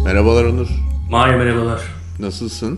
Merhabalar Onur. Mahir merhabalar. Nasılsın?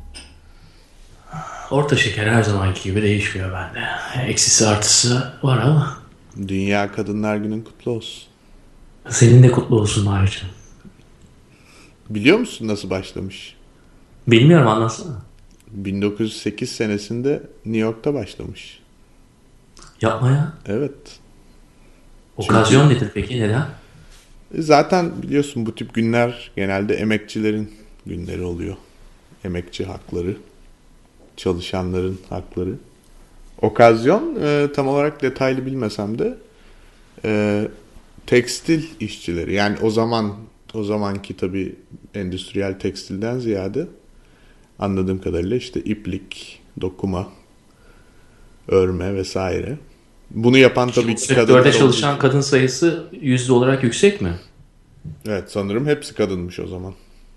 Orta şeker her zamanki gibi değişmiyor bende. Eksisi artısı var ama. Dünya Kadınlar Günün kutlu olsun. Senin de kutlu olsun Mahir'cim. Biliyor musun nasıl başlamış? Bilmiyorum, anlatsana. 1908 senesinde New York'ta başlamış. Yapma ya. Evet. Okazyon nedir peki, neden? Zaten biliyorsun bu tip günler genelde emekçilerin günleri oluyor. Emekçi hakları, çalışanların hakları. Okazyon tam olarak detaylı bilmesem de tekstil işçileri, yani o zamanki tabii endüstriyel tekstilden ziyade anladığım kadarıyla işte iplik, dokuma, örme vesaire. Bunu yapan Ki tabii bu ki kadınlar sektörde olduğu çalışan için. kadın sayısı yüzde olarak yüksek mi? Evet, sanırım hepsi kadınmış o zaman.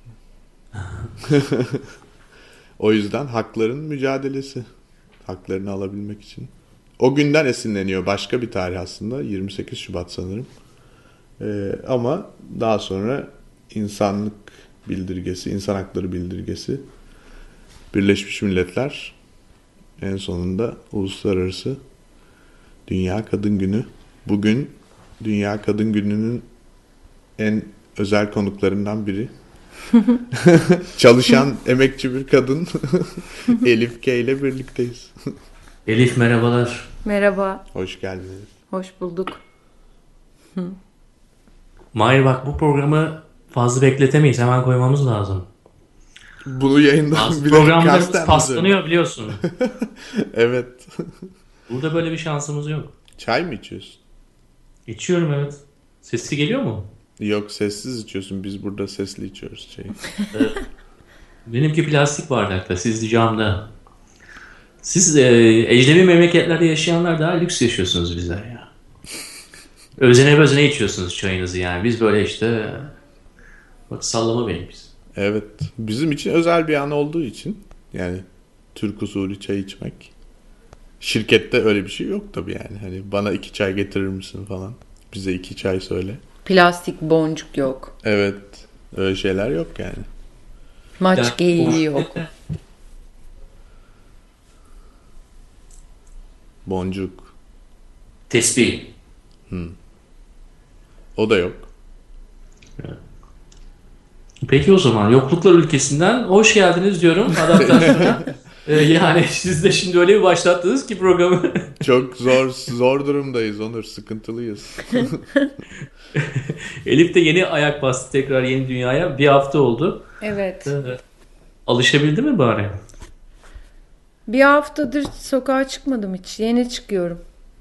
O yüzden hakların mücadelesi, haklarını alabilmek için. O günden esinleniyor. Başka bir tarih aslında. 28 Şubat sanırım. Ama daha sonra insanlık bildirgesi, insan hakları bildirgesi, Birleşmiş Milletler, en sonunda Uluslararası Dünya Kadın Günü. Bugün Dünya Kadın Günü'nün en özel konuklarından biri. Çalışan emekçi bir kadın Elif K ile birlikteyiz. Elif merhabalar. Merhaba, Hoş geldiniz. hoş bulduk. Mahir bak, bu programı fazla bekletemeyiz. Hemen koymamız lazım. Bunu yayından Bazı bilerek programlarımız kasten mi paslanıyor biliyorsun. Evet. Burada böyle bir şansımız yok. Çay mı içiyorsun? İçiyorum, evet. Sesi geliyor mu? Yok, sessiz içiyorsun. Biz burada sesli içiyoruz çayı. Benimki plastik bardakta, siz camda. Siz ecnebi memleketlerde yaşayanlar daha lüks yaşıyorsunuz bizden ya. Özene özene içiyorsunuz çayınızı yani. Biz böyle işte bak, sallama benim biz. Evet. Bizim için özel bir an olduğu için, yani Türk usulü çay içmek. Şirkette öyle bir şey yok tabii yani. Hani bana 2 çay getirir misin falan. Bize 2 çay söyle. Plastik boncuk yok. Evet. Öyle şeyler yok yani. Maç geyiği yok. Boncuk. Tesbih. O da yok. Peki o zaman yokluklar ülkesinden hoş geldiniz diyorum adaptasyona. Yani siz de şimdi öyle bir başlattınız ki programı. Çok zor durumdayız Onur. Sıkıntılıyız. Elif de yeni ayak bastı tekrar yeni dünyaya. Bir hafta oldu. Evet. Alışabildi mi bari? Bir haftadır sokağa çıkmadım hiç. Yeni çıkıyorum.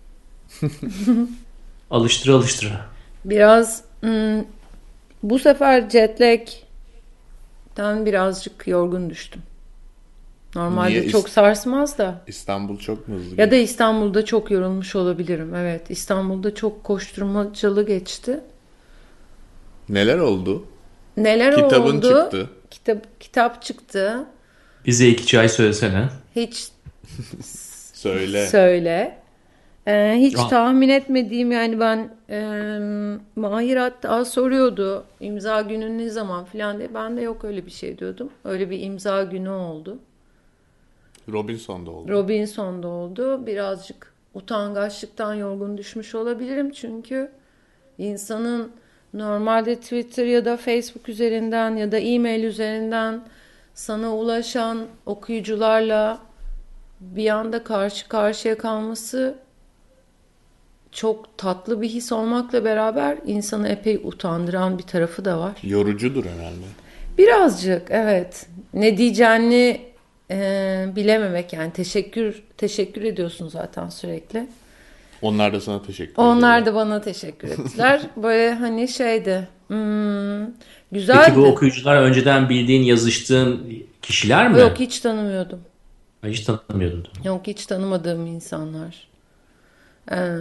Alıştıra alıştıra. Biraz bu sefer jet lag'den birazcık yorgun düştüm. Normalde Niye? çok sarsmaz da. İstanbul çok mu hızlı? Ya da İstanbul'da çok yorulmuş olabilirim. Evet, İstanbul'da çok koşturmacalı geçti. Neler oldu? Neler Kitabın oldu? çıktı. Kitap çıktı. Bize 2 çay söylesene. Hiç Söyle. söyle. Hiç Ah. tahmin etmediğim, yani ben Mahir hatta soruyordu imza günü ne zaman falan diye. Ben de yok öyle bir şey diyordum. Öyle bir imza günü oldu. Robinson'da oldu. Robinson'da oldu. Birazcık utangaçlıktan yorgun düşmüş olabilirim. Çünkü insanın normalde Twitter ya da Facebook üzerinden ya da e-mail üzerinden sana ulaşan okuyucularla bir anda karşı karşıya kalması çok tatlı bir his olmakla beraber insanı epey utandıran bir tarafı da var. Yorucudur herhalde. Birazcık, evet. Ne diyeceğini bilememek, yani teşekkür ediyorsun zaten sürekli. Onlar da sana teşekkür ederim. Onlar da bana teşekkür ettiler. Böyle hani şeydi. Güzeldi. Peki bu okuyucular önceden bildiğin, yazıştığın kişiler mi? Yok, hiç tanımıyordum. Hiç tanımıyordum. Yok, hiç tanımadığım insanlar. Ee,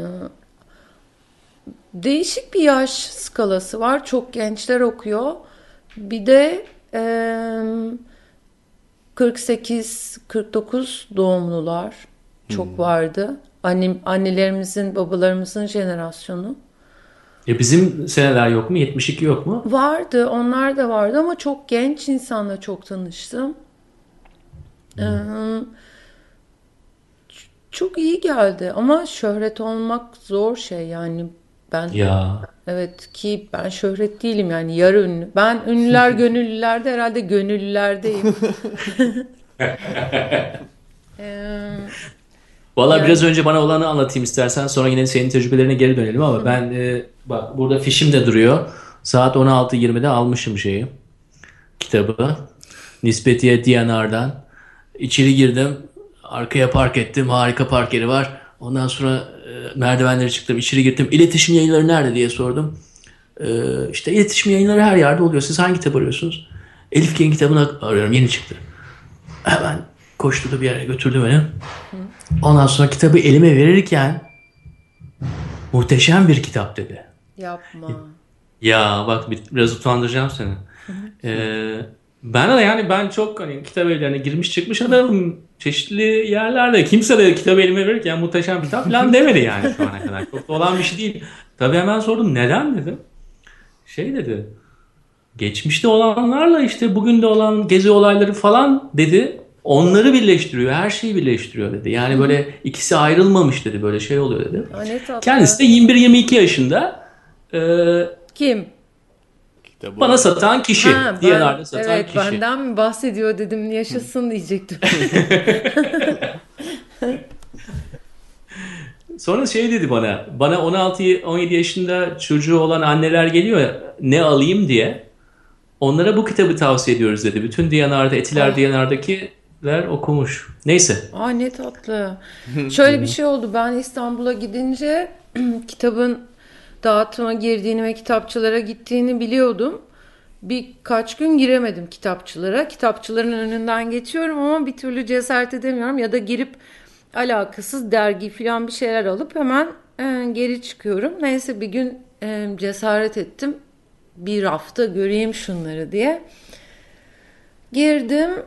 Değişik bir yaş skalası var. Çok gençler okuyor. Bir de 48-49 doğumlular çok vardı. Annelerimizin, babalarımızın jenerasyonu. Bizim seneler yok mu? 72 yok mu? Vardı, onlar da vardı ama çok genç insanla çok tanıştım. Ee, Çok iyi geldi ama şöhret olmak zor şey yani ben Ya evet ki ben şöhret değilim yani yarı ünlü. Ben ünlüler gönüllülerde herhalde gönüllülerdeyim. Ee, valla biraz Yani önce bana olanı anlatayım istersen, sonra yine senin tecrübelerine geri dönelim ama ben bak burada fişim de duruyor. Saat 16.20'de almışım kitabı. Nispetiye DNR'dan. İçeri girdim. Arkaya park ettim. Harika park yeri var. Ondan sonra merdivenleri çıktım. İçeri girdim. İletişim yayınları nerede diye sordum. İşte iletişim yayınları her yerde oluyor. Siz hangi kitap arıyorsunuz? Elif Kay'ın kitabını arıyorum. Yeni çıktı. Hemen koşturdu bir yere götürdü beni. Ondan sonra kitabı elime verirken muhteşem bir kitap dedi. yapma. Ya bak biraz utandıracağım seni. Ben de yani ben çok hani kitap evlerine girmiş çıkmış adamım. Çeşitli yerlerde. Kimse de kitabı elime verirken muhteşem kitap falan demedi yani şu ana kadar. Çok da olan bir şey değil. Tabii hemen sordum neden dedim. Dedi. Geçmişte olanlarla işte bugün de olan gezi olayları falan dedi. Onları birleştiriyor. Her şeyi birleştiriyor dedi. Yani böyle ikisi ayrılmamış dedi. Böyle şey oluyor dedi. Aa, ne tatlı. Kendisi de 21-22 yaşında. Ee, Kim? Kitabı Bana olan. satan kişi. Ha ben DNR'da satan evet kişi. benden mi bahsediyor dedim yaşasın diyecektim. Sonra dedi bana. Bana 16-17 yaşında çocuğu olan anneler geliyor ya, ne alayım diye. Onlara bu kitabı tavsiye ediyoruz dedi. Bütün DNR'da, Etiler Oh. DNR'dakiler okumuş. Neyse. Aa ne tatlı. Şöyle bir şey oldu. Ben İstanbul'a gidince kitabın dağıtıma girdiğini ve kitapçılara gittiğini biliyordum. Birkaç gün giremedim kitapçılara. Kitapçıların önünden geçiyorum ama bir türlü cesaret edemiyorum. Ya da girip alakasız dergi falan bir şeyler alıp hemen geri çıkıyorum. Neyse bir gün cesaret ettim. Bir rafta göreyim şunları diye. Girdim.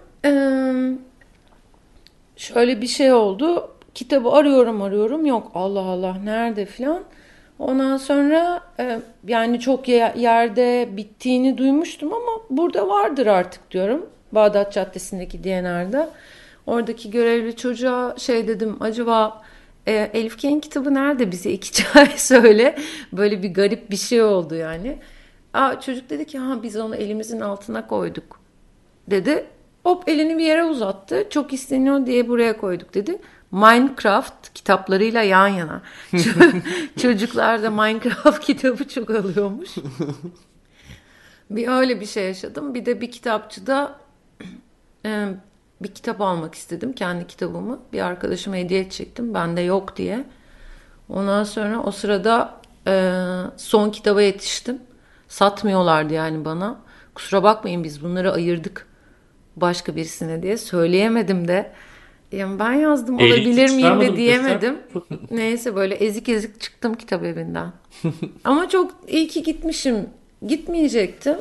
Şöyle bir şey oldu. Kitabı arıyorum yok. Allah Allah nerede filan. Ondan sonra yani çok yerde bittiğini duymuştum ama burada vardır artık diyorum. Bağdat Caddesi'ndeki DNR'da. Oradaki görevli çocuğa dedim acaba Elif Kay'ın kitabı nerede bize 2 çay söyle. Böyle bir garip bir şey oldu yani. Çocuk dedi ki biz onu elimizin altına koyduk dedi. Hop elini bir yere uzattı. Çok isteniyor diye buraya koyduk dedi. Minecraft kitaplarıyla yan yana. Çocuklar da Minecraft kitabı çok alıyormuş. Bir öyle bir şey yaşadım. Bir de bir kitapçıda bir kitap almak istedim. Kendi kitabımı. Bir arkadaşıma hediye edecektim. Bende yok diye. Ondan sonra o sırada son kitaba yetiştim. Satmıyorlardı yani bana. Kusura bakmayın biz bunları ayırdık başka birisine diye söyleyemedim de. Yani ben yazdım olabilir miyim de diyemedim. Neyse böyle ezik ezik çıktım kitap evinden. Ama çok iyi ki gitmişim. Gitmeyecektim.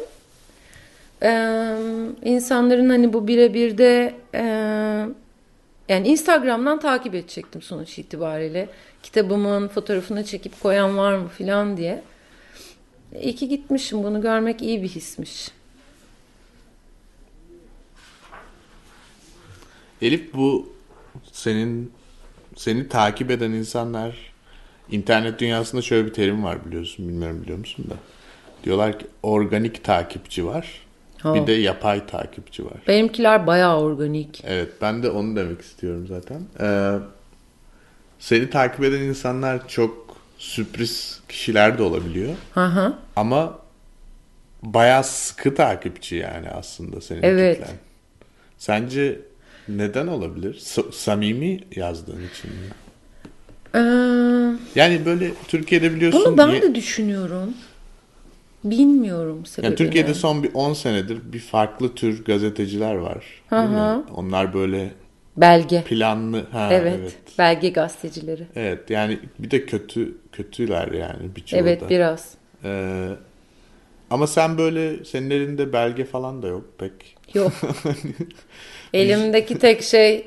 İnsanların hani bu birebir de yani Instagram'dan takip edecektim sonuç itibariyle. Kitabımın fotoğrafını çekip koyan var mı filan diye. İyi ki gitmişim. Bunu görmek iyi bir hismiş. Elif, bu seni takip eden insanlar, internet dünyasında şöyle bir terim var, biliyorsun, bilmiyorum biliyor musun da. Diyorlar ki organik takipçi var. Bir de yapay takipçi var. Benimkiler bayağı organik. Evet, ben de onu demek istiyorum zaten. Seni takip eden insanlar çok sürpriz kişiler de olabiliyor. Hı. Ama bayağı sıkı takipçi yani aslında senin Evet. kitlen. Sence neden olabilir? Samimi yazdığın için mi? Ee, Yani böyle Türkiye'de biliyorsun... Bunu ben de düşünüyorum. Bilmiyorum sebebini. Yani Türkiye'de son bir 10 senedir bir farklı tür gazeteciler var. Değil mi? Onlar böyle Belge. planlı... Evet. Belge gazetecileri. Evet, yani bir de kötüler yani birçoğu da. Evet biraz. Ama sen böyle, senin elinde belge falan da yok pek. Yok. Elimdeki tek şey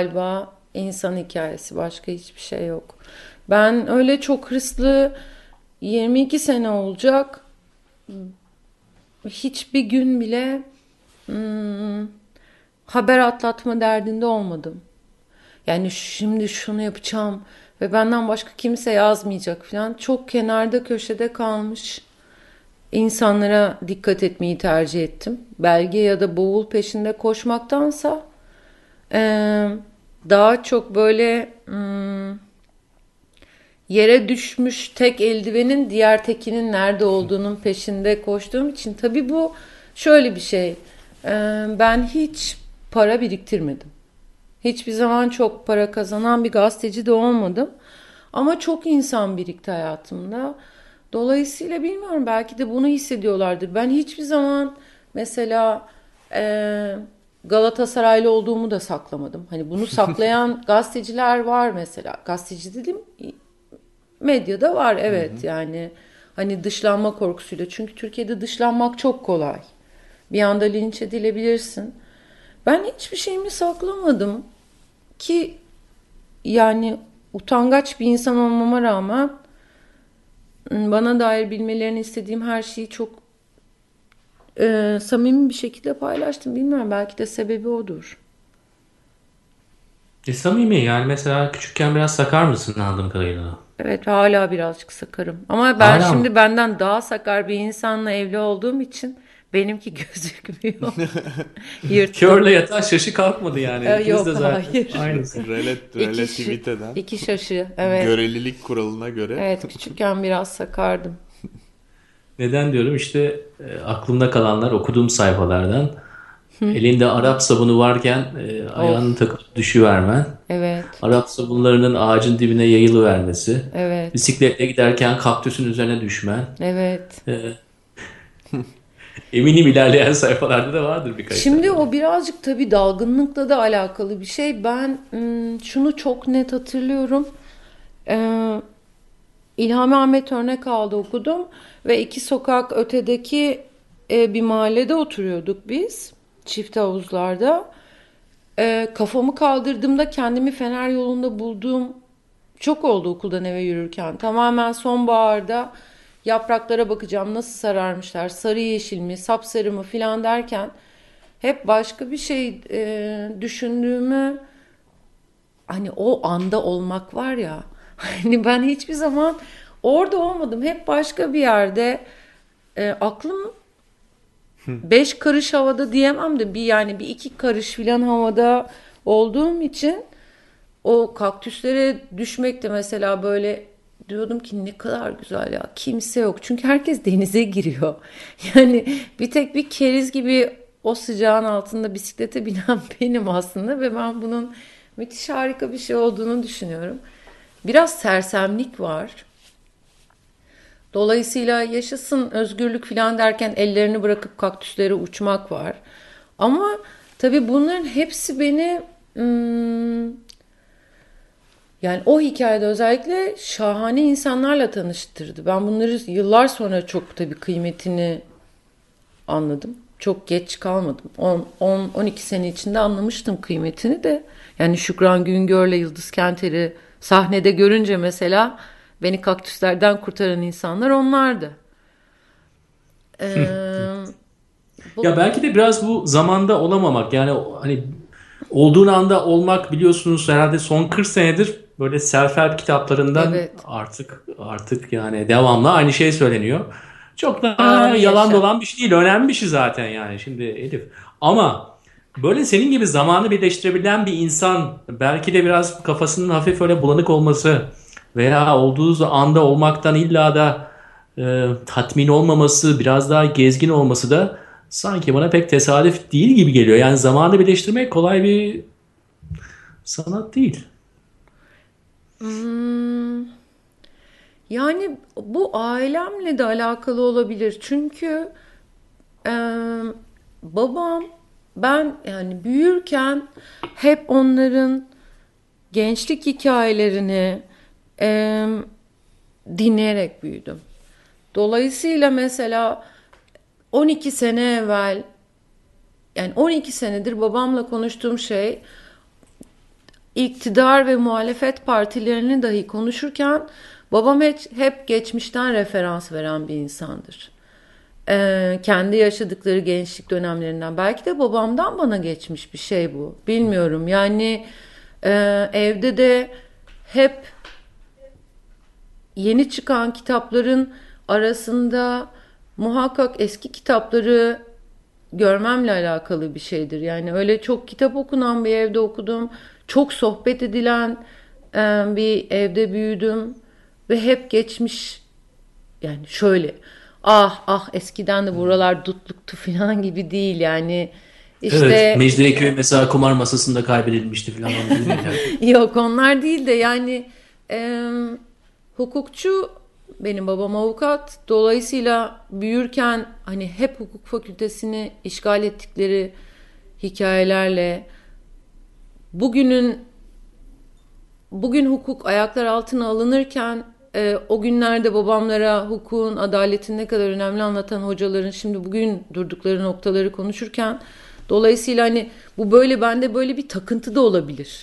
galiba insan hikayesi. Başka hiçbir şey yok. Ben öyle çok hırslı 22 sene olacak. Hiçbir gün bile haber atlatma derdinde olmadım. Yani şimdi şunu yapacağım ve benden başka kimse yazmayacak falan. Çok kenarda köşede kalmış insanlara dikkat etmeyi tercih ettim. Belge ya da bavul peşinde koşmaktansa daha çok böyle yere düşmüş tek eldivenin diğer tekinin nerede olduğunun peşinde koştuğum için tabii bu şöyle bir şey. Ben hiç para biriktirmedim. Hiçbir zaman çok para kazanan bir gazeteci de olmadım. Ama çok insan birikti hayatımda. Dolayısıyla bilmiyorum, belki de bunu hissediyorlardır. Ben hiçbir zaman mesela Galatasaraylı olduğumu da saklamadım. Hani bunu saklayan gazeteciler var mesela. Gazeteci dedim, medyada var evet, yani hani dışlanma korkusuyla. Çünkü Türkiye'de dışlanmak çok kolay. Bir anda linç edilebilirsin. Ben hiçbir şeyimi saklamadım ki, yani utangaç bir insan olmama rağmen bana dair bilmelerini istediğim her şeyi çok samimi bir şekilde paylaştım. Bilmiyorum, belki de sebebi odur. Samimi yani, mesela küçükken biraz sakar mısın anladığım kadarıyla? Evet, hala birazcık sakarım. Ama ben Hala mı? şimdi benden daha sakar bir insanla evli olduğum için benimki gözükmüyor. Körle Yırttım. yatan şaşı kalkmadı yani. İkiniz de Yok, zaten hayır. aynısı. Relativiteden İki şaşı. Evet. görelilik kuralına göre Evet, küçükken biraz sakardım. Neden diyorum? İşte aklımda kalanlar okuduğum sayfalardan. Elinde Arap sabunu varken ayağının Of. takıp düşüvermen. Evet. Arap sabunlarının ağacın dibine yayılıvermesi. Evet. Bisikletle giderken kaktüsün üzerine düşmen. Evet. E, Eminim ilerleyen sayfalarda da vardır birkaç Şimdi tane. o birazcık tabii dalgınlıkla da alakalı bir şey. Ben şunu çok net hatırlıyorum. Ee, İlhami Ahmet Örnekal'da okudum ve 2 sokak ötedeki bir mahallede oturuyorduk biz. Çift havuzlarda. Kafamı kaldırdığımda kendimi Fener yolunda bulduğum çok oldu okuldan eve yürürken. Tamamen sonbaharda yapraklara bakacağım, nasıl sararmışlar, sarı yeşil mi, sapsarı mı filan derken hep başka bir şey düşündüğümü, hani o anda olmak var ya, hani ben hiçbir zaman orada olmadım. Hep başka bir yerde. Aklım 5 karış havada diyemem de yani bir 2 karış filan havada olduğum için o kaktüslere düşmek de mesela, böyle diyordum ki ne kadar güzel ya, kimse yok. Çünkü herkes denize giriyor. Yani bir tek bir keriz gibi o sıcağın altında bisiklete binen benim aslında ve ben bunun müthiş harika bir şey olduğunu düşünüyorum. Biraz sersemlik var. Dolayısıyla yaşasın özgürlük falan derken ellerini bırakıp kaktüslere uçmak var. Ama tabii bunların hepsi beni yani o hikayede özellikle şahane insanlarla tanıştırdı. Ben bunları yıllar sonra çok tabii kıymetini anladım. Çok geç kalmadım. 10-12 sene içinde anlamıştım kıymetini de. Yani Şükran Güngör'le Yıldız Kenter'i sahnede görünce mesela beni kaktüslerden kurtaran insanlar onlardı. Ee, bu Ya belki de biraz bu zamanda olamamak, yani hani olduğun anda olmak, biliyorsunuz herhalde son 40 senedir böyle self-help kitaplarından evet, artık yani devamlı aynı şey söyleniyor. Çok da anı yalan yaşa. dolan bir şey değil, önemli bir şey zaten yani şimdi Elif. Ama böyle senin gibi zamanı birleştirebilen bir insan, belki de biraz kafasının hafif öyle bulanık olması veya olduğu anda olmaktan illa da tatmin olmaması, biraz daha gezgin olması da sanki bana pek tesadüf değil gibi geliyor. Yani zamanı birleştirmek kolay bir sanat değil. Hmm, yani bu ailemle de alakalı olabilir. Çünkü e, babam, ben yani büyürken hep onların gençlik hikayelerini e, dinleyerek büyüdüm. Dolayısıyla mesela 12 sene evvel, yani 12 senedir babamla konuştuğum şey, iktidar ve muhalefet partilerini dahi konuşurken Babam hep geçmişten referans veren bir insandır. Kendi yaşadıkları gençlik dönemlerinden. Belki de babamdan bana geçmiş bir şey bu. Bilmiyorum. Yani evde de hep yeni çıkan kitapların arasında muhakkak eski kitapları görmemle alakalı bir şeydir. Yani öyle çok kitap okunan bir evde okudum. Çok sohbet edilen bir evde büyüdüm. Ve hep geçmiş, yani şöyle eskiden de buralar dutluktu falan gibi değil yani. İşte, evet, Mecidiyeköy mesela kumar masasında kaybedilmişti falan. Yok, onlar değil de yani hukukçu, benim babam avukat, dolayısıyla büyürken hani hep hukuk fakültesini işgal ettikleri hikayelerle bugün hukuk ayaklar altına alınırken o günlerde babamlara hukukun, adaletin ne kadar önemli anlatan hocaların şimdi bugün durdukları noktaları konuşurken, dolayısıyla hani bu böyle, bende böyle bir takıntı da olabilir.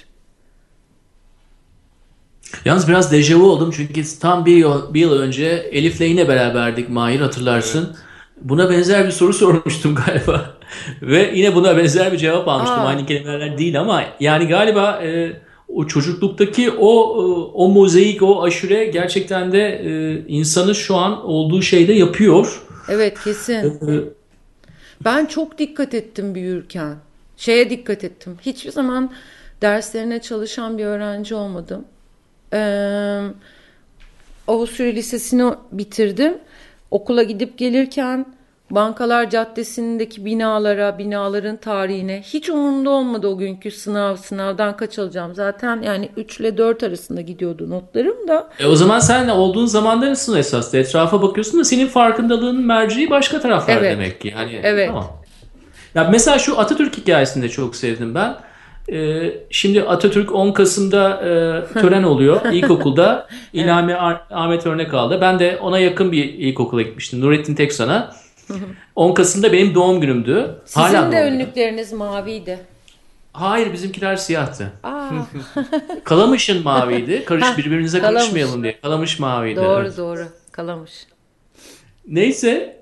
Yalnız biraz dejavu oldum çünkü tam bir yıl önce Elif'le yine beraberdik, Mahir, hatırlarsın. Evet. Buna benzer bir soru sormuştum galiba. Ve yine buna benzer bir cevap almıştım. Aynı kelimeler değil ama yani galiba o çocukluktaki o mozaik, o aşure gerçekten de insanı şu an olduğu şeyde yapıyor. Evet, kesin. Ben çok dikkat ettim büyürken. Şeye dikkat ettim. Hiçbir zaman derslerine çalışan bir öğrenci olmadım. Avusturya Lisesi'ni bitirdim. Okula gidip gelirken Bankalar Caddesi'ndeki binaların tarihine hiç umurumda olmadı o günkü sınavdan kaç alacağım. Zaten yani 3 ile 4 arasında gidiyordu notlarım da. O zaman sen olduğun zamandasın esasında. Etrafa bakıyorsun da senin farkındalığın merceği başka taraflar demek ki. Yani, evet. Tamam. Ya mesela şu Atatürk hikayesini de çok sevdim ben. Şimdi Atatürk 10 Kasım'da tören oluyor ilkokulda. İlhami Ahmet örnek aldı. Ben de ona yakın bir ilkokula gitmiştim. Nurettin Teksan'a. 10 Kasım'da benim doğum günümdü. Sizin de önlükleriniz maviydi. Hayır, bizimkiler siyahtı. Kalamış'ın maviydi. Birbirimize karışmayalım diye. Kalamış maviydi. Doğru. Kalamış. Neyse.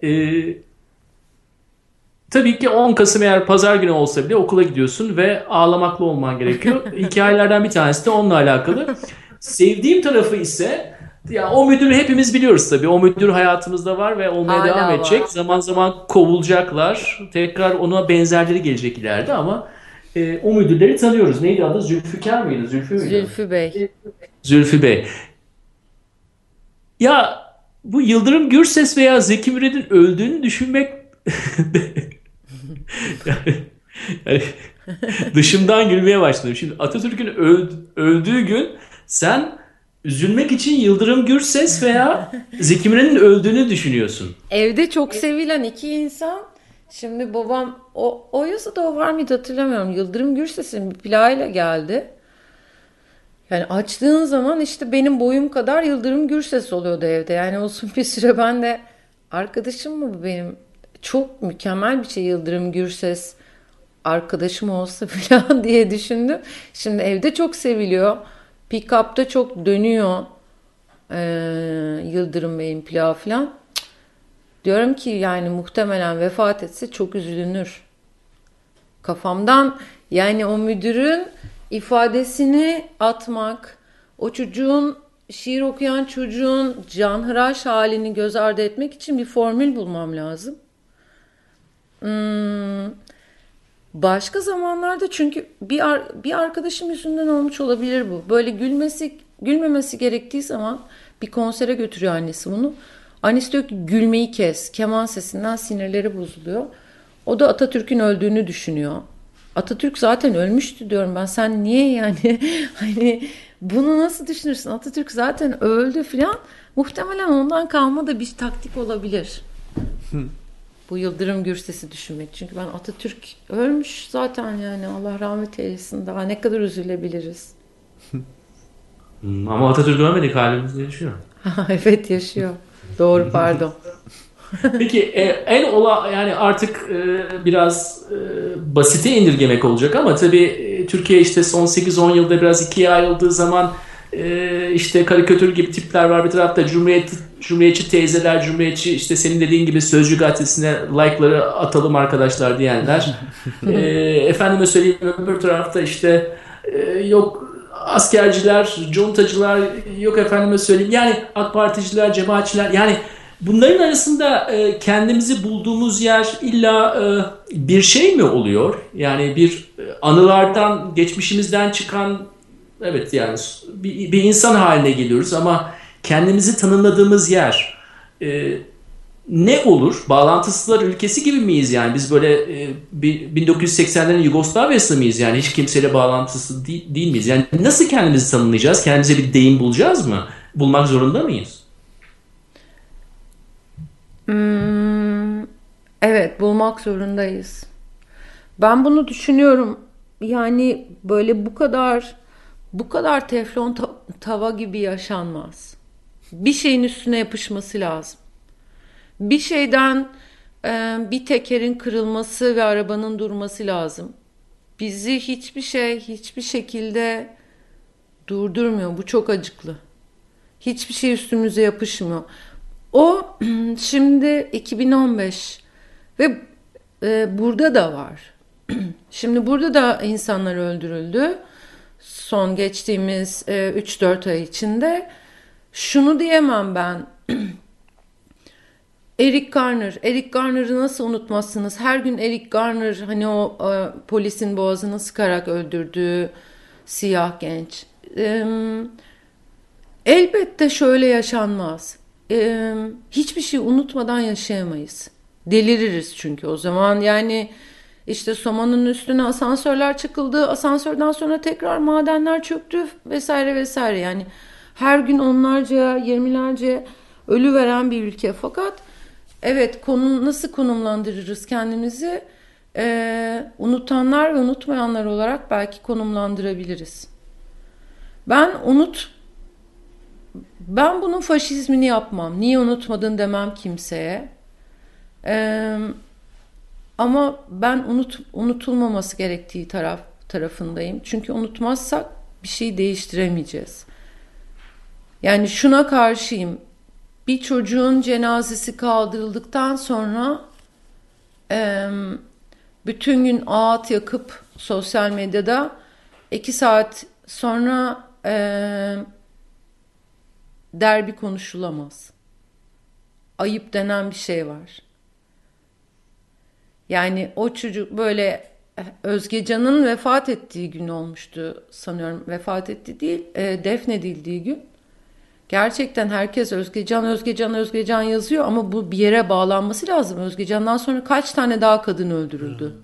Tabii ki 10 Kasım eğer pazar günü olsa bile okula gidiyorsun ve ağlamaklı olman gerekiyor. Hikayelerden bir tanesi de onunla alakalı. Sevdiğim tarafı ise ya o müdürü hepimiz biliyoruz tabii. O müdür hayatımızda var ve olmaya Hala devam edecek. Var. Zaman zaman kovulacaklar. Tekrar ona benzerleri gelecek ileride ama o müdürleri tanıyoruz. Neydi adı? Zülfikar mıydı? Zülfü Bey. Zülfü Bey. Ya bu Yıldırım Gürses veya Zeki Müren'in öldüğünü düşünmek yani dışımdan gülmeye başladım. Şimdi Atatürk'ün öldüğü gün sen üzülmek için Yıldırım Gürses veya Zeki Müren'in öldüğünü düşünüyorsun. Evde çok sevilen iki insan. Şimdi babam o yazıda o var mıydı hatırlamıyorum. Yıldırım Gürses'in bir plağıyla geldi. Yani açtığın zaman işte benim boyum kadar Yıldırım Gürses oluyordu evde. Yani uzun bir süre ben de arkadaşım mı bu benim? Çok mükemmel bir şey Yıldırım Gürses arkadaşım olsa falan diye düşündüm. Şimdi evde çok seviliyor. Pick-up'ta çok dönüyor Yıldırım Bey'in plağı falan. Diyorum ki yani muhtemelen vefat etse çok üzülünür. Kafamdan yani o müdürün ifadesini atmak, o çocuğun, şiir okuyan çocuğun canhıraş halini göz ardı etmek için bir formül bulmam lazım. Başka zamanlarda çünkü bir arkadaşım yüzünden olmuş olabilir bu. Böyle gülmemesi gerektiği zaman bir konsere götürüyor annesi bunu. Annesi diyor ki gülmeyi kes. Keman sesinden sinirleri bozuluyor. O da Atatürk'ün öldüğünü düşünüyor. Atatürk zaten ölmüştü diyorum ben. Sen niye yani hani bunu nasıl düşünürsün? Atatürk zaten öldü filan. Muhtemelen ondan kalma da bir taktik olabilir. Bu Yıldırım Gürses'i düşünmek. Çünkü ben Atatürk ölmüş zaten yani Allah rahmet eylesin. Daha ne kadar üzülebiliriz. Ama Atatürk ölmedi, kalbimizde yaşıyor. Evet yaşıyor. Doğru, pardon. Peki yani artık biraz basite indirgemek olacak ama tabii Türkiye işte son 8-10 yılda biraz ikiye ayrıldığı zaman işte karikatür gibi tipler var. Bir tarafta Cumhuriyetçi teyzeler, Cumhuriyetçi işte senin dediğin gibi Sözcü gazetesine like'ları atalım arkadaşlar diyenler. Efendime söyleyeyim öbür tarafta işte yok askerciler, contacılar, yok efendime söyleyeyim yani AK Particiler, cemaatçiler yani bunların arasında kendimizi bulduğumuz yer illa bir şey mi oluyor? Yani bir anılardan, geçmişimizden çıkan evet yani bir insan haline geliyoruz ama kendimizi tanımladığımız yer ne olur? Bağlantısızlar ülkesi gibi miyiz yani? Biz böyle 1980'lerin Yugoslavya'sı mıyız yani? Hiç kimseyle bağlantısı değil miyiz? Yani nasıl kendimizi tanımlayacağız? Kendimize bir deyim bulacağız mı? Bulmak zorunda mıyız? Evet, bulmak zorundayız. Ben bunu düşünüyorum. Yani böyle bu kadar teflon tava gibi yaşanmaz. Bir şeyin üstüne yapışması lazım. Bir şeyden bir tekerin kırılması ve arabanın durması lazım. Bizi hiçbir şekilde durdurmuyor. Bu çok acıklı. Hiçbir şey üstümüze yapışmıyor. O şimdi 2015 ve burada da var. Şimdi burada da insanlar öldürüldü. Son geçtiğimiz 3-4 ay içinde. Şunu diyemem ben. Eric Garner'ı nasıl unutmazsınız? Her gün Eric Garner hani o polisin boğazını sıkarak öldürdüğü siyah genç. Elbette şöyle yaşanmaz. Hiçbir şey unutmadan yaşayamayız. Deliririz çünkü o zaman yani işte Soma'nın üstüne asansörler çıkıldı. Asansörden sonra tekrar madenler çöktü vesaire vesaire. Yani her gün onlarca, 20'lerce ölü veren bir ülke. Fakat evet nasıl konumlandırırız kendimizi? Unutanlar ve unutmayanlar olarak belki konumlandırabiliriz. Ben bunun faşizmini yapmam. Niye unutmadın demem kimseye. Ama ben unutulmaması gerektiği tarafındayım. Çünkü unutmazsak bir şey değiştiremeyeceğiz. Yani şuna karşıyım. Bir çocuğun cenazesi kaldırıldıktan sonra bütün gün ağıt yakıp sosyal medyada 2 saat sonra derbi konuşulamaz. Ayıp denen bir şey var. Yani o çocuk böyle Özgecan'ın vefat ettiği gün olmuştu sanıyorum. Vefat etti değil, defnedildiği gün. Gerçekten herkes Özgecan yazıyor ama bu bir yere bağlanması lazım. Özgecan'dan sonra kaç tane daha kadın öldürüldü?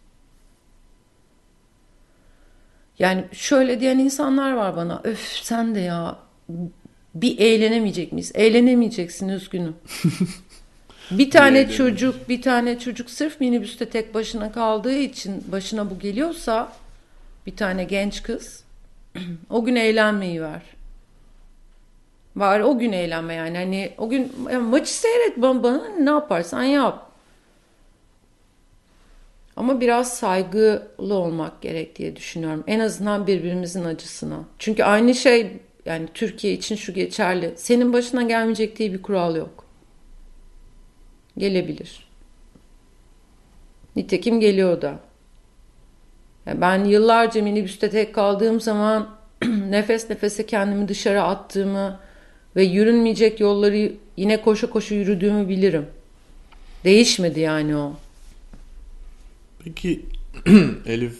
Yani şöyle diyen insanlar var bana. Öf sen de ya bir eğlenemeyecek miyiz? Eğlenemeyeceksin üzgünüm. Bir tane çocuk sırf minibüste tek başına kaldığı için başına bu geliyorsa bir tane genç kız o gün eğlenmeyi ver. Bari o gün eğlenme yani. Hani o gün maçı seyret bana ne yaparsan yap. Ama biraz saygılı olmak gerek diye düşünüyorum. En azından birbirimizin acısına. Çünkü aynı şey yani Türkiye için şu geçerli. Senin başına gelmeyecek diye bir kural yok. Gelebilir. Nitekim geliyor da. Yani ben yıllarca minibüste tek kaldığım zaman nefes nefese kendimi dışarı attığımı ve yürünmeyecek yolları yine koşa koşa yürüdüğümü bilirim. Değişmedi yani o. Peki Elif,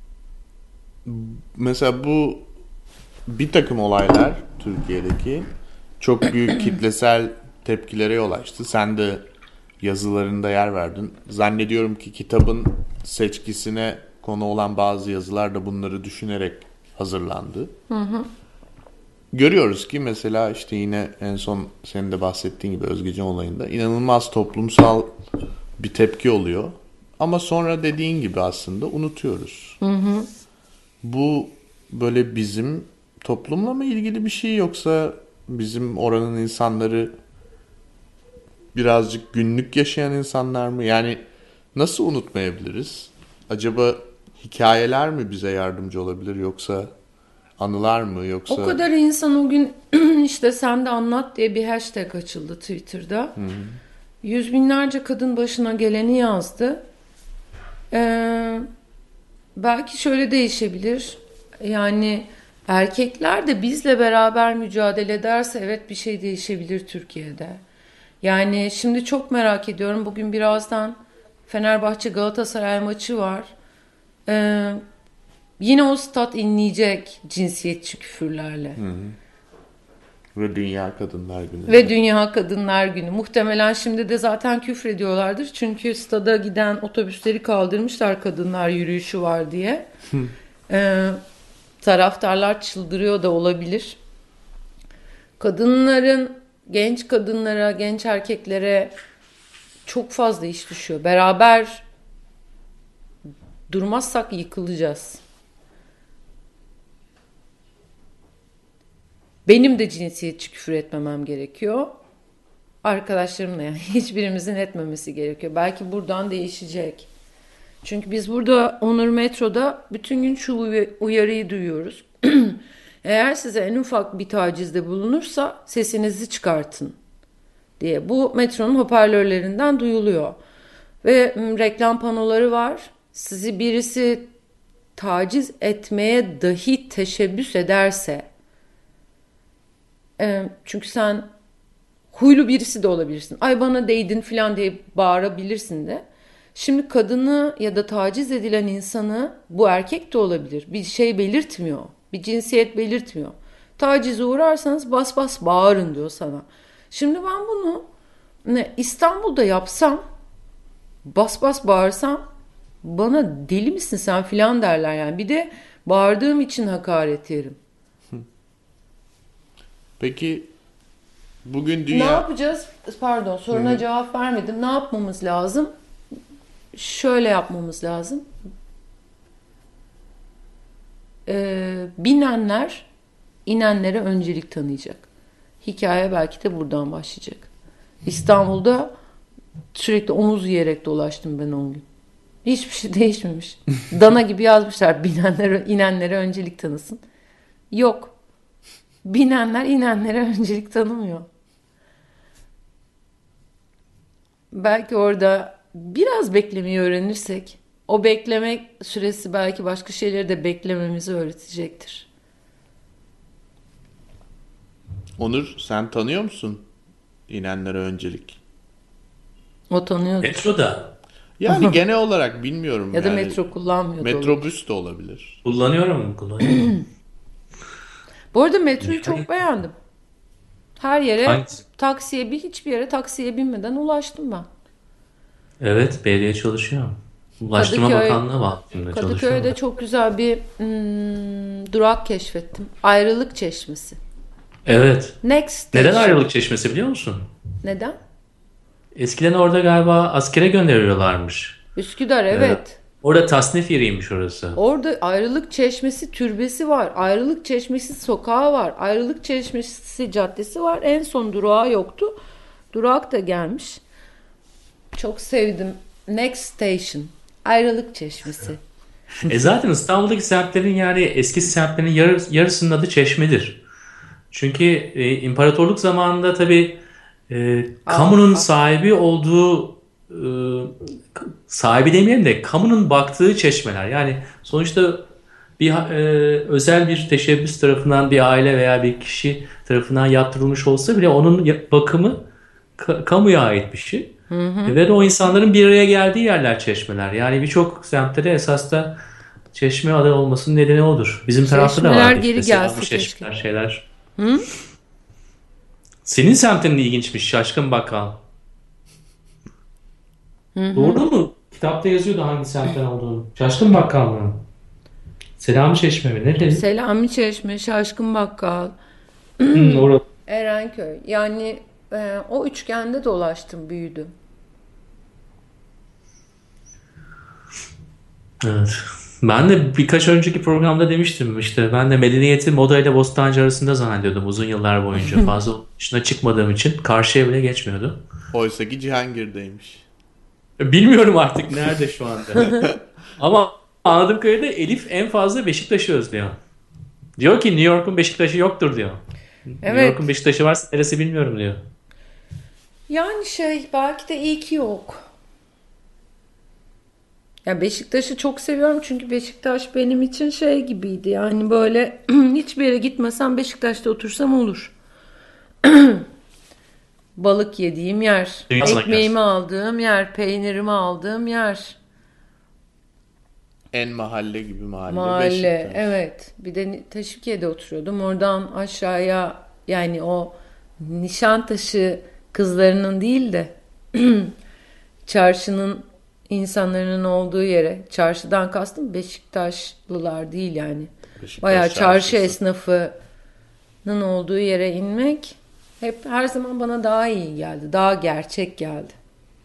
mesela bu bir takım olaylar Türkiye'deki çok büyük kitlesel tepkilere yol açtı. Sen de yazılarında yer verdin. Zannediyorum ki kitabın seçkisine konu olan bazı yazılar da bunları düşünerek hazırlandı. Görüyoruz ki mesela işte yine en son senin de bahsettiğin gibi Özgecan olayında inanılmaz toplumsal bir tepki oluyor. Ama sonra dediğin gibi aslında unutuyoruz. Bu böyle bizim toplumla mı ilgili bir şey yoksa bizim oranın insanları birazcık günlük yaşayan insanlar mı? Yani nasıl unutmayabiliriz? Acaba hikayeler mi bize yardımcı olabilir yoksa anılar mı yoksa? O kadar insan o gün işte sen de anlat diye bir hashtag açıldı Twitter'da. Yüz binlerce kadın başına geleni yazdı. Belki şöyle değişebilir. Yani erkekler de bizle beraber mücadele ederse evet bir şey değişebilir Türkiye'de. Yani şimdi çok merak ediyorum. Bugün birazdan Fenerbahçe Galatasaray maçı var. Yine o stat inleyecek cinsiyetçi küfürlerle. Ve Dünya Kadınlar Günü. Ve Dünya Kadınlar Günü. Muhtemelen şimdi de zaten küfrediyorlardır. Çünkü stada giden otobüsleri kaldırmışlar kadınlar yürüyüşü var diye. Taraftarlar çıldırıyor da olabilir. Kadınların, genç kadınlara, genç erkeklere çok fazla iş düşüyor. Beraber durmazsak yıkılacağız. Benim de cinsiyetçi küfür etmemem gerekiyor. Arkadaşlarımla yani hiçbirimizin etmemesi gerekiyor. Belki buradan değişecek. Çünkü biz burada Onur Metro'da bütün gün şu uyarıyı duyuyoruz. Eğer size en ufak bir tacizde bulunursa sesinizi çıkartın diye. Bu metronun hoparlörlerinden duyuluyor. Ve reklam panoları var. Sizi birisi taciz etmeye dahi teşebbüs ederse, çünkü sen huylu birisi de olabilirsin. Ay bana değdin falan diye bağırabilirsin de. Şimdi kadını ya da taciz edilen insanı, bu erkek de olabilir, bir şey belirtmiyor. Bir cinsiyet belirtmiyor. Tacize uğrarsanız bas bas bağırın diyor sana. Şimdi ben bunu İstanbul'da yapsam, bas bas bağırsam bana deli misin sen filan derler yani. Bir de bağırdığım için hakaret yerim. Peki bugün Ne dünya... yapacağız? Pardon, soruna cevap vermedim. Ne yapmamız lazım? Şöyle yapmamız lazım. Binenler inenlere öncelik tanıyacak. Hikaye belki de buradan başlayacak. İstanbul'da sürekli omuz yiyerek dolaştım ben 10 gün. Hiçbir şey değişmemiş. Dana gibi yazmışlar binenlere, inenlere öncelik tanısın. Yok. Binenler inenlere öncelik tanımıyor. Belki orada biraz beklemeyi öğrenirsek, o beklemek süresi belki başka şeyleri de beklememizi öğretecektir. Onur, sen tanıyor musun inenlere öncelik? O tanıyordur. Metroda Yani genel olarak bilmiyorum. Ya da yani, metro kullanmıyor da olabilir. metrobüs de olabilir. kullanıyorum. Bu arada metroyu çok beğendim. Her yere Hangisi? hiçbir yere taksiye binmeden ulaştım ben. Evet, belediye çalışıyor. Ulaştırma Kadıköy- Bakanlığı vaktinde çalışıyor. Kadıköy'de çok güzel bir durak keşfettim. Ayrılık Çeşmesi. Evet. Next Neden Station. ayrılık çeşmesi biliyor musun? Neden? Eskiden orada galiba askere gönderiyorlarmış. Üsküdar evet. Orada tasnif yeriymiş orası. Orada Ayrılık Çeşmesi türbesi var. Ayrılık Çeşmesi sokağı var. Ayrılık Çeşmesi caddesi var. En son durağı yoktu. Durak da gelmiş. Çok sevdim. Next Station. Ayrılık Çeşmesi. Zaten İstanbul'daki semtlerin yani eski semtlerin yarısının adı Çeşme'dir. Çünkü imparatorluk zamanında tabii kamunun sahibi olduğu sahibi demeyelim de kamunun baktığı çeşmeler. Yani sonuçta bir özel bir teşebbüs tarafından bir aile veya bir kişi tarafından yaptırılmış olsa bile onun bakımı kamuya ait bir şey. Ve de o insanların bir araya geldiği yerler çeşmeler. Yani birçok semtte de esas da çeşme adı olmasının nedeni odur. Bizim tarafta da Çeşmeler var. geri İşte gelse selamlı keşke. çeşmeler şeyler. Senin semtin de ilginçmiş Şaşkın Bakkal. Doğru mu? Kitapta yazıyordu hangi semtten olduğunu. Şaşkın Bakkal mı? Selami Çeşme mi? Ne dedi? Selami Çeşme, Şaşkın Bakkal, Orada. Erenköy. Yani o üçgende dolaştım, büyüdüm. Evet. Ben de birkaç önceki programda demiştim işte ben de medeniyeti moda ile Bostancı arasında zannediyordum uzun yıllar boyunca. Fazla dışına çıkmadığım için karşıya bile geçmiyordu. Oysa ki Cihangir'deymiş. Bilmiyorum artık nerede şu anda. Ama anladığım kadarıyla Elif en fazla Beşiktaş'ı özlüyor. Diyor ki New York'un Beşiktaş'ı yoktur diyor. New Evet. York'un Beşiktaş'ı varsa neresi bilmiyorum diyor. Yani belki de iyi ki yok. Ya Beşiktaş'ı çok seviyorum çünkü Beşiktaş benim için gibiydi. Yani böyle hiçbir yere gitmesem Beşiktaş'ta otursam olur. Balık yediğim yer, Dünyasına ekmeğimi aldığım yer, peynirimi aldığım yer. En mahalle gibi mahalle Mahalle, Beşiktaş. evet. Bir de Teşvikiye'de oturuyordum. Oradan aşağıya, yani o Nişantaşı kızlarının değil de çarşının insanların olduğu yere, çarşıdan kastım Beşiktaşlılar değil yani. Beşiktaş Bayağı çarşı çarşısı. esnafının olduğu yere inmek hep her zaman bana daha iyi geldi. Daha gerçek geldi.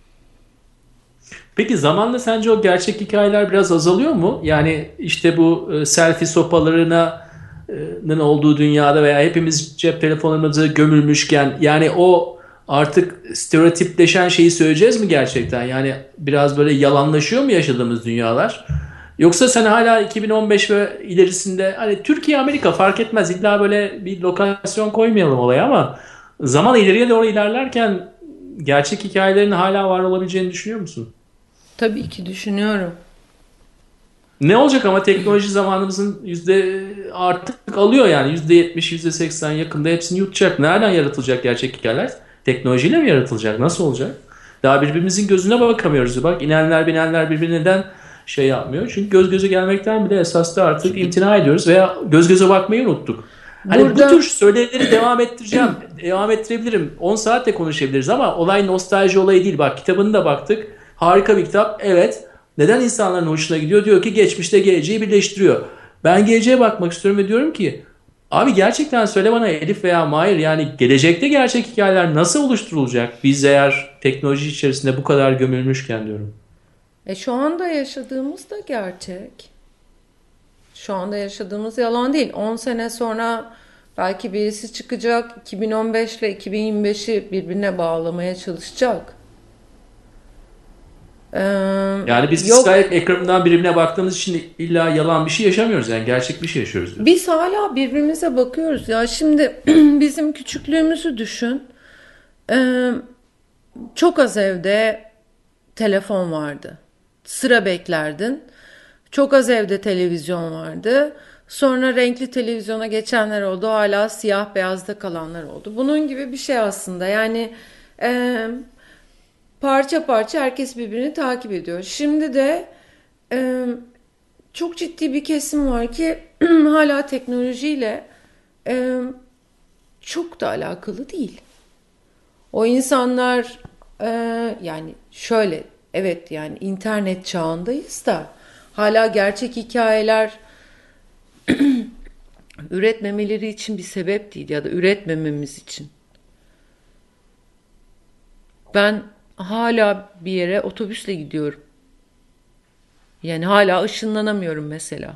Peki zamanla sence o gerçek hikayeler biraz azalıyor mu? Yani işte bu selfie sopalarının olduğu dünyada veya hepimiz cep telefonlarımıza gömülmüşken yani o artık stereotipleşen şeyi söyleyeceğiz mi gerçekten? Yani biraz böyle yalanlaşıyor mu yaşadığımız dünyalar? Yoksa sen hala 2015 ve ilerisinde hani Türkiye Amerika fark etmez illa böyle bir lokasyon koymayalım olaya ama zaman ileriye doğru ilerlerken gerçek hikayelerin hala var olabileceğini düşünüyor musun? Tabii ki düşünüyorum. Ne olacak ama teknoloji zamanımızın artık alıyor yani %70, %80 yakında hepsini yutacak. Nereden yaratılacak gerçek hikayeler? Teknolojiyle mi yaratılacak? Nasıl olacak? Daha birbirimizin gözüne bakamıyoruz. Bak inenler binenler birbirinden yapmıyor. Çünkü göz göze gelmekten bile esasda artık imtina ediyoruz veya göz göze bakmayı unuttuk. Hani bu tür söylevileri devam ettirebilirim. 10 saat de konuşabiliriz ama olay nostalji olayı değil. Bak kitabını da baktık. Harika bir kitap. Evet. Neden insanların hoşuna gidiyor? Diyor ki geçmişte geleceği birleştiriyor. Ben geleceğe bakmak istiyorum ve diyorum ki abi gerçekten söyle bana Elif veya Mahir yani gelecekte gerçek hikayeler nasıl oluşturulacak? Biz eğer teknoloji içerisinde bu kadar gömülmüşken diyorum. Şu anda yaşadığımız da gerçek. Şu anda yaşadığımız yalan değil. 10 sene sonra belki birisi çıkacak 2015 ile 2025'i birbirine bağlamaya çalışacak. Yani biz Skype ekranından birbirine baktığımız için illa yalan bir şey yaşamıyoruz. Yani gerçek bir şey yaşıyoruz diyoruz. Biz hala birbirimize bakıyoruz. Ya şimdi bizim küçüklüğümüzü düşün. Çok az evde telefon vardı. Sıra beklerdin. Çok az evde televizyon vardı. Sonra renkli televizyona geçenler oldu. Hala siyah beyazda kalanlar oldu. Bunun gibi bir şey aslında. Yani parça parça herkes birbirini takip ediyor. Şimdi de çok ciddi bir kesim var ki hala teknolojiyle çok da alakalı değil. O insanlar yani şöyle, evet yani internet çağındayız da hala gerçek hikayeler üretmemeleri için bir sebep değil ya da üretmememiz için. Ben hala bir yere otobüsle gidiyorum. Yani hala ışınlanamıyorum mesela.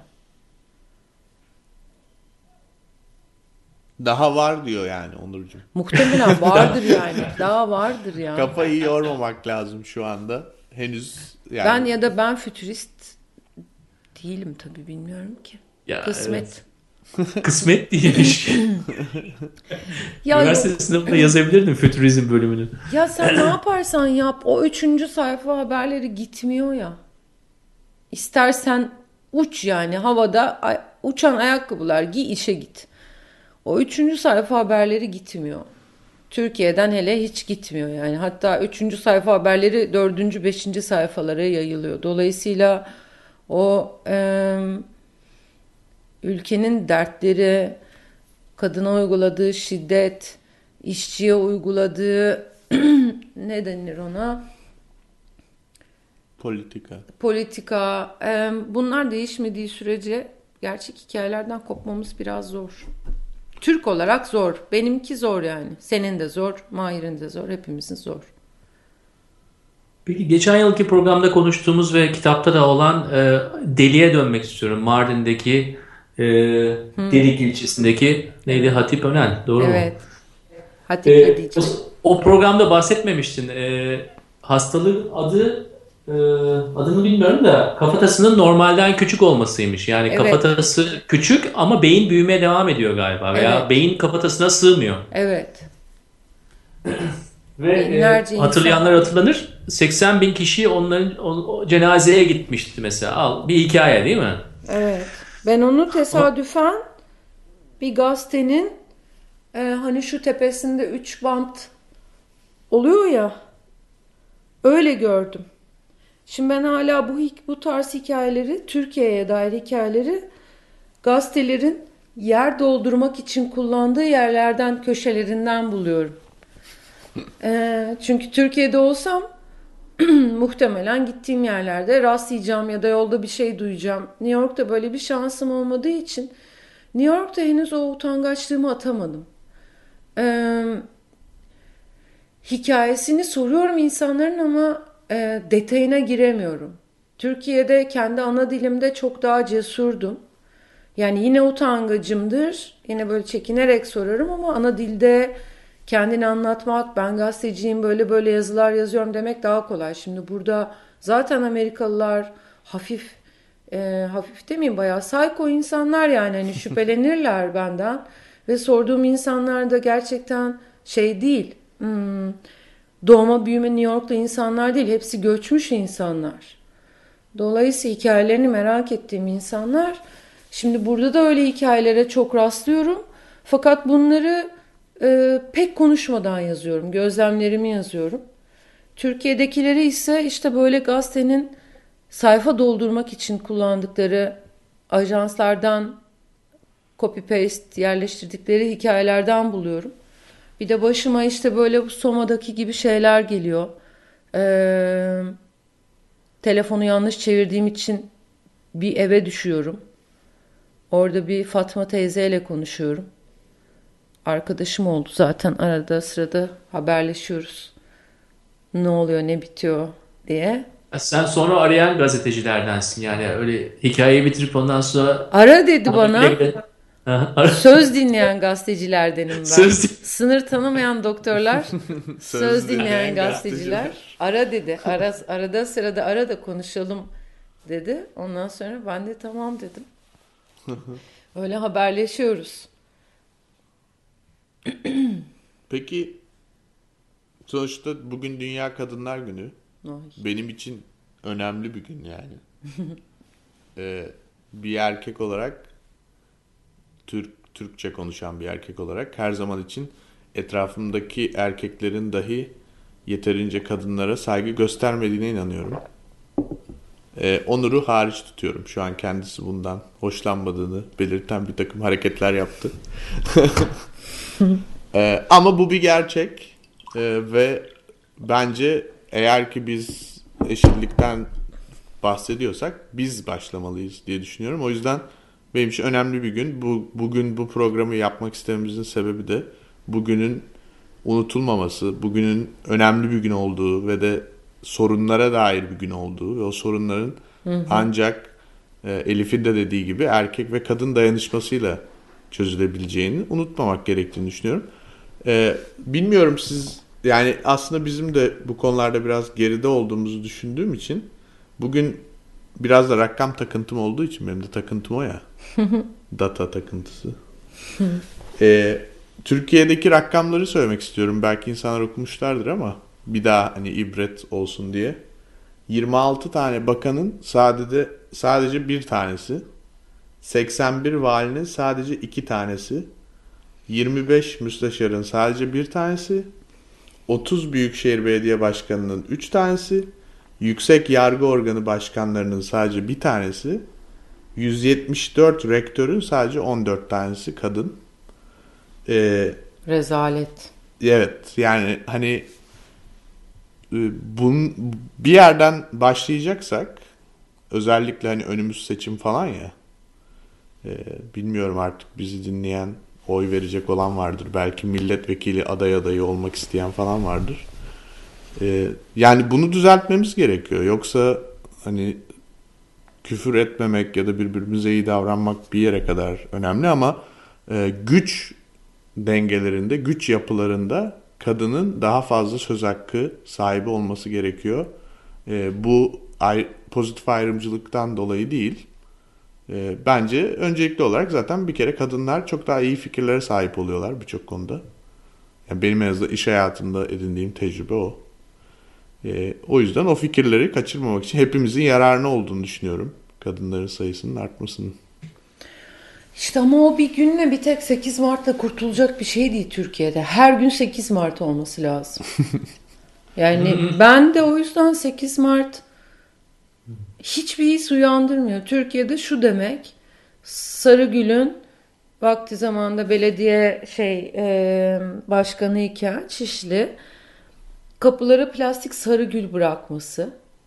Daha var diyor yani Onurcuğum. Muhtemelen vardır yani. Daha vardır yani. Kafayı yormamak lazım şu anda. Henüz yani. Ben fütürist değilim tabii, bilmiyorum ki. Ya, Kısmet. Evet. Kısmet değilmiş. Ya Üniversite sınavında yazabilirdim fütürizm bölümünü. Ya sen ne yaparsan yap o 3. sayfa haberleri gitmiyor ya. İstersen uç yani havada uçan ayakkabılar giy, işe git. O 3. sayfa haberleri gitmiyor. Türkiye'den hele hiç gitmiyor yani. Hatta 3. sayfa haberleri 4. 5. sayfalara yayılıyor. Dolayısıyla o ülkenin dertleri, kadına uyguladığı şiddet, işçiye uyguladığı ne denir ona? Politika. Bunlar değişmediği sürece gerçek hikayelerden kopmamız biraz zor. Türk olarak zor. Benimki zor yani. Senin de zor, Mahir'in de zor, hepimizin zor. Peki geçen yılki programda konuştuğumuz ve kitapta da olan Deli'ye dönmek istiyorum. Mardin'deki Delik ilçesindeki neydi? Hatip Önen. Doğru mu? Evet. Hatip'le diyeceğim. O programda bahsetmemiştin. Hastalığın adı adını bilmiyorum da kafatasının normalden küçük olmasıymış. Yani Evet, kafatası küçük ama beyin büyümeye devam ediyor galiba. Veya evet, beyin kafatasına sığmıyor. evet. Ve Binlerce insan. hatırlayanlar hatırlanır. 80 bin kişi onların o cenazeye gitmişti mesela. Al bir hikaye değil mi? Evet. Ben onu Ama tesadüfen bir gazetenin hani şu tepesinde 3 bant oluyor ya, öyle gördüm. Şimdi ben hala bu tarz hikayeleri, Türkiye'ye dair hikayeleri gazetelerin yer doldurmak için kullandığı yerlerden, köşelerinden buluyorum. Çünkü Türkiye'de olsam muhtemelen gittiğim yerlerde rastlayacağım ya da yolda bir şey duyacağım. New York'ta böyle bir şansım olmadığı için New York'ta henüz o utangaçlığımı atamadım. Ee, Hikayesini soruyorum insanların ama detayına giremiyorum. Türkiye'de kendi ana dilimde çok daha cesurdum. Yani yine utangacımdır. Yine böyle çekinerek sorarım ama ana dilde kendini anlatmak, ben gazeteciyim böyle böyle yazılar yazıyorum demek daha kolay. Şimdi burada zaten Amerikalılar hafif hafif demeyeyim bayağı psycho insanlar yani hani şüphelenirler benden ve sorduğum insanlar da gerçekten şey değil. Doğma büyüme New York'ta insanlar değil, hepsi göçmüş insanlar. Dolayısıyla hikayelerini merak ettiğim insanlar. Şimdi burada da öyle hikayelere çok rastlıyorum. Fakat bunları pek konuşmadan yazıyorum. Gözlemlerimi yazıyorum. Türkiye'dekileri ise işte böyle gazetenin sayfa doldurmak için kullandıkları ajanslardan copy paste yerleştirdikleri hikayelerden buluyorum. Bir de başıma işte böyle bu Soma'daki gibi şeyler geliyor. Telefonu yanlış çevirdiğim için bir eve düşüyorum. Orada bir Fatma teyzeyle konuşuyorum. Arkadaşım oldu zaten, arada sırada haberleşiyoruz. Ne oluyor, ne bitiyor diye. sen sonra arayan gazetecilerdensin. Yani öyle hikayeyi bitirip ondan sonra Ara dedi ona güle bana. güle. Söz dinleyen gazetecilerdenim ben. Söz değil. Sınır tanımayan doktorlar, söz dinleyen dinleyen gazeteciler. Ara dedi. Arada sırada ara da konuşalım dedi. Ondan sonra ben de tamam dedim. Öyle haberleşiyoruz. Peki sonuçta bugün Dünya Kadınlar Günü. Ay. Benim için önemli bir gün yani. Bir erkek olarak, Türkçe konuşan bir erkek olarak her zaman için etrafımdaki erkeklerin dahi yeterince kadınlara saygı göstermediğine inanıyorum. Onur'u hariç tutuyorum. Şu an kendisi bundan hoşlanmadığını belirten bir takım hareketler yaptı. Ama bu bir gerçek. Ve bence eğer ki biz eşitlikten bahsediyorsak biz başlamalıyız diye düşünüyorum. O yüzden benim için önemli bir gün. Bugün bu programı yapmak istememizin sebebi de bugünün unutulmaması, bugünün önemli bir gün olduğu ve de sorunlara dair bir gün olduğu ve o sorunların ancak Elif'in de dediği gibi erkek ve kadın dayanışmasıyla çözülebileceğini unutmamak gerektiğini düşünüyorum. Bilmiyorum siz, yani aslında bizim de bu konularda biraz geride olduğumuzu düşündüğüm için bugün biraz da rakam takıntım olduğu için, benim de takıntım o ya. Data takıntısı. Türkiye'deki rakamları söylemek istiyorum. Belki insanlar okumuşlardır ama bir daha hani ibret olsun diye. 26 tane bakanın sadece bir tanesi, 81 valinin sadece 2 tanesi, 25 müsteşarın sadece bir tanesi, 30 büyükşehir belediye başkanının 3 tanesi, yüksek yargı organı başkanlarının sadece bir tanesi, 174 rektörün sadece 14 tanesi kadın. Rezalet. Evet, yani hani bir yerden başlayacaksak, özellikle hani önümüz seçim falan ya, bilmiyorum artık bizi dinleyen, oy verecek olan vardır. Belki milletvekili adayı olmak isteyen falan vardır. Yani bunu düzeltmemiz gerekiyor. Yoksa hani küfür etmemek ya da birbirimize iyi davranmak bir yere kadar önemli ama güç dengelerinde, güç yapılarında kadının daha fazla söz hakkı sahibi olması gerekiyor. Bu pozitif ayrımcılıktan dolayı değil. Bence öncelikli olarak zaten bir kere kadınlar çok daha iyi fikirlere sahip oluyorlar birçok konuda. Yani benim en azından iş hayatında edindiğim tecrübe o. O yüzden o fikirleri kaçırmamak için hepimizin yararına olduğunu düşünüyorum. Kadınların sayısının artmasının. İşte ama o bir günle bir tek 8 Mart'ta kurtulacak bir şey değil Türkiye'de. Her gün 8 Mart olması lazım. Yani ben de o yüzden 8 Mart hiçbir his uyandırmıyor. Türkiye'de şu demek, Sarıgül'ün vakti zamanında belediye başkanı iken Şişli kapılara plastik sarıgül bırakması.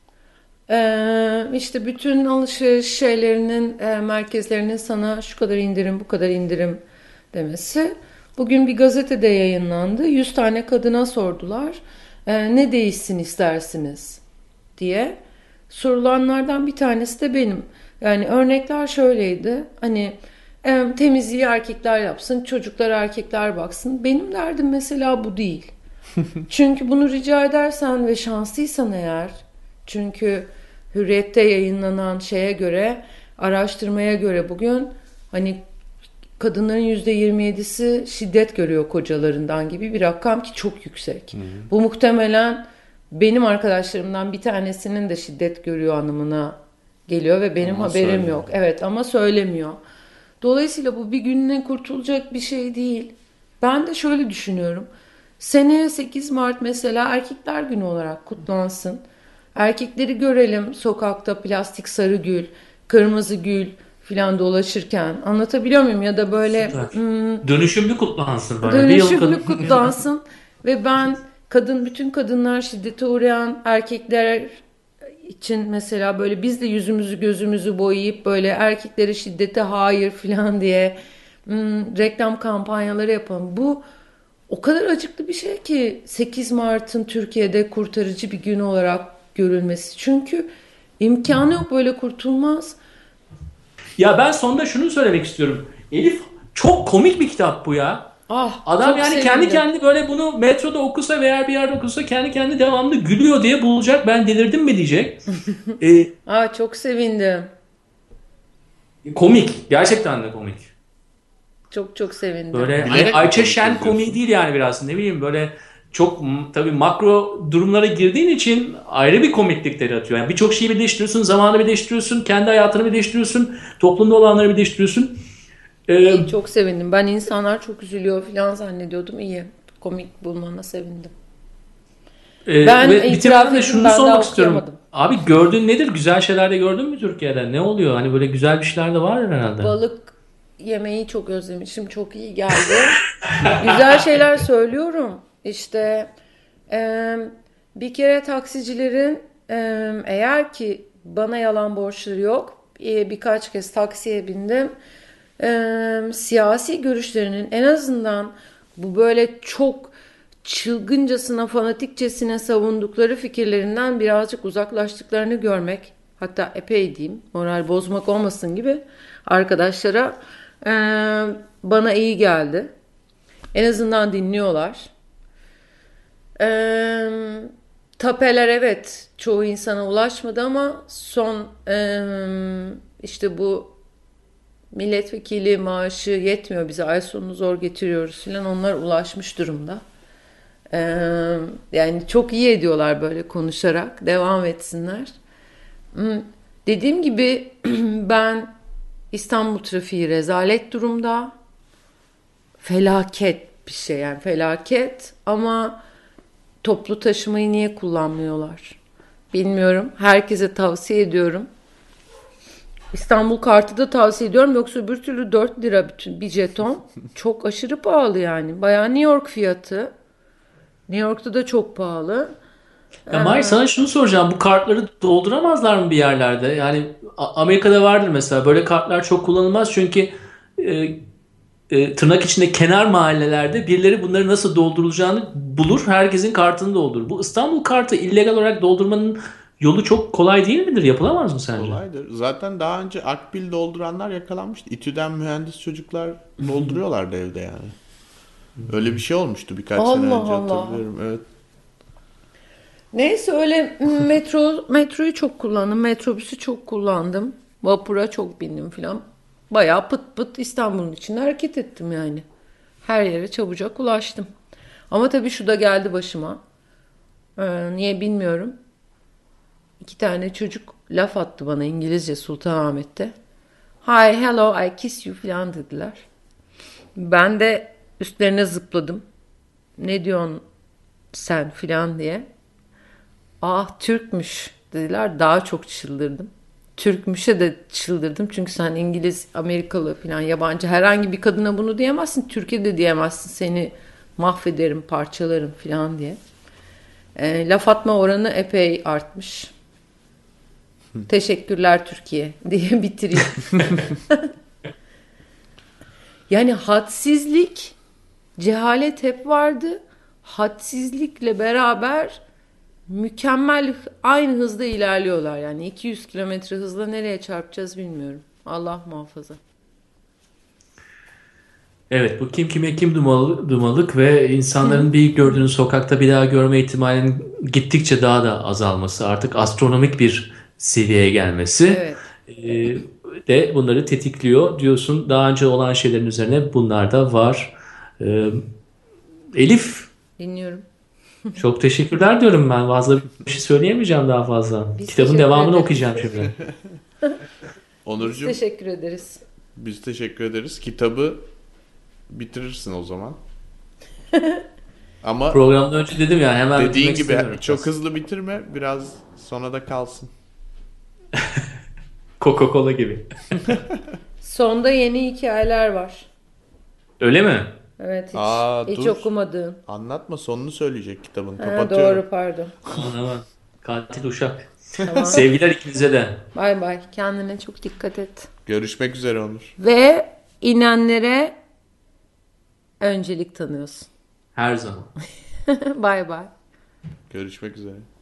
İşte bütün alışveriş şeylerinin merkezlerinin sana şu kadar indirim bu kadar indirim demesi. Bugün bir gazetede yayınlandı. 100 tane kadına sordular. Ne değişsin istersiniz diye. Sorulanlardan bir tanesi de benim. Yani örnekler şöyleydi. Hani temizliği erkekler yapsın, çocuklar erkekler baksın. Benim derdim mesela bu değil. Çünkü bunu rica edersen ve şanslıysan eğer, çünkü Hürriyet'te yayınlanan şeye göre, araştırmaya göre bugün hani kadınların %27'si şiddet görüyor kocalarından gibi bir rakam ki çok yüksek. Hı hı. Bu muhtemelen benim arkadaşlarımdan bir tanesinin de şiddet görüyor anlamına geliyor ve benim ama haberim söylemiyor. Yok. Evet ama söylemiyor. Dolayısıyla bu bir günle kurtulacak bir şey değil. Ben de şöyle düşünüyorum. Seneye 8 Mart mesela Erkekler Günü olarak kutlansın. Erkekleri görelim sokakta plastik sarı gül, kırmızı gül filan dolaşırken. Anlatabiliyor muyum? Ya da böyle dönüşümlü kutlansın böyle. Dönüşümlü kutlansın ve ben bütün kadınlar şiddete uğrayan erkekler için mesela böyle biz de yüzümüzü gözümüzü boyayıp böyle erkeklere şiddete hayır filan diye reklam kampanyaları yapalım. Bu o kadar acıklı bir şey ki 8 Mart'ın Türkiye'de kurtarıcı bir gün olarak görülmesi. Çünkü imkanı yok, böyle kurtulmaz. Ya ben sonunda şunu söylemek istiyorum. Elif, çok komik bir kitap bu ya. Adam yani sevindim. Kendi kendi böyle bunu metroda okusa veya bir yerde okusa kendi kendi devamlı gülüyor diye bulacak. Ben delirdim mi diyecek. Çok sevindim. Komik. Gerçekten de komik. Çok çok sevindim. Böyle hani Ayça Şen komiği değil yani biraz. Ne bileyim böyle çok tabii makro durumlara girdiğin için ayrı bir komiklik yaratıyor. Yani birçok şeyi birleştiriyorsun, zamanı birleştiriyorsun, kendi hayatını birleştiriyorsun, toplumda olanları birleştiriyorsun. Çok sevindim. Ben insanlar çok üzülüyor falan zannediyordum. İyi. Komik bulmana sevindim. Ben bitirmeden de şunu sormak istiyorum. Abi gördün nedir? Güzel şeyler de gördün mü Türkiye'de? Ne oluyor? Hani böyle güzel bir şeyler de var herhalde. Balık yemeği çok özlemişim. Çok iyi geldi. Güzel şeyler söylüyorum. İşte bir kere taksicilerin eğer ki bana yalan borçları yok. Birkaç kez taksiye bindim. Siyasi görüşlerinin en azından bu böyle çok çılgıncasına, fanatikçesine savundukları fikirlerinden birazcık uzaklaştıklarını görmek, hatta epey diyeyim, moral bozmak olmasın gibi arkadaşlara bana iyi geldi. En azından dinliyorlar. Tapeler evet çoğu insana ulaşmadı ama son işte bu milletvekili maaşı yetmiyor bize, ay sonunu zor getiriyoruz filan, onlar ulaşmış durumda. Yani çok iyi ediyorlar böyle konuşarak, devam etsinler. Dediğim gibi ben İstanbul trafiği rezalet durumda. Felaket bir şey yani, felaket, ama toplu taşımayı niye kullanmıyorlar bilmiyorum. Herkese tavsiye ediyorum. İstanbul kartı da tavsiye ediyorum. Yoksa öbür türlü 4 lira bir jeton. Çok aşırı pahalı yani. Bayağı New York fiyatı. New York'ta da çok pahalı. Ya Mahir, sana şunu soracağım. Bu kartları dolduramazlar mı bir yerlerde? Yani Amerika'da vardır mesela. Böyle kartlar çok kullanılmaz. Çünkü tırnak içinde kenar mahallelerde birileri bunları nasıl doldurulacağını bulur. Herkesin kartını doldurur. Bu İstanbul kartı illegal olarak doldurmanın yolu çok kolay değil midir? Yapılamaz mı sence? Kolaydır. Zaten daha önce akbil dolduranlar yakalanmıştı. İTÜ'den mühendis çocuklar dolduruyorlardı evde yani. Öyle bir şey olmuştu birkaç sene önce, hatırlıyorum. Evet. Neyse öyle metroyu çok kullandım. Metrobüsü çok kullandım. Vapura çok bindim filan. Bayağı pıt pıt İstanbul'un içinde hareket ettim yani. Her yere çabucak ulaştım. Ama tabii şu da geldi başıma. Niye bilmiyorum. 2 tane çocuk laf attı bana İngilizce Sultanahmet'te. Hi, hello, I kiss you filan dediler. Ben de üstlerine zıpladım. Ne diyorsun sen filan diye. Ah Türkmüş dediler. Daha çok çıldırdım. Türkmüş'e de çıldırdım. Çünkü sen İngiliz, Amerikalı falan yabancı herhangi bir kadına bunu diyemezsin. Türkiye'de diyemezsin. Seni mahvederim, parçalarım falan diye. Laf atma oranı epey artmış. Teşekkürler Türkiye diye bitireyim. Yani hadsizlik, cehalet hep vardı. Hadsizlikle beraber mükemmel aynı hızda ilerliyorlar. Yani 200 kilometre hızla nereye çarpacağız bilmiyorum. Allah muhafaza. Evet, bu kim kime kim dumalık ve insanların bir gördüğünü sokakta bir daha görme ihtimalinin gittikçe daha da azalması, artık astronomik bir seviyeye gelmesi Evet. de bunları tetikliyor diyorsun. Daha önce olan şeylerin üzerine bunlar da var. Elif, Dinliyorum. çok teşekkürler diyorum ben. Fazla bir şey söyleyemeyeceğim daha fazla. Biz Kitabın teşekkür devamını ederiz. okuyacağım şimdi. Onurcuğum Teşekkür ederiz. biz teşekkür ederiz. Kitabı bitirirsin o zaman. Ama Programdan önce dedim ya, hemen dediğin bitirmek gibi istemiyorum. çok hızlı bitirme. Biraz sona da kalsın. Coca-Cola gibi. Sonda yeni hikayeler var. Öyle mi? Evet hiç Dur. okumadığım. Anlatma, sonunu söyleyecek kitabın. Ha, Kapatıyorum. doğru pardon. Aman. Katil uşak. Tamam. Sevgiler ikinize de. Bay bay. Kendine çok dikkat et. Görüşmek üzere Onur. Ve inenlere öncelik tanıyorsun. Her zaman. Bay bay. Görüşmek üzere.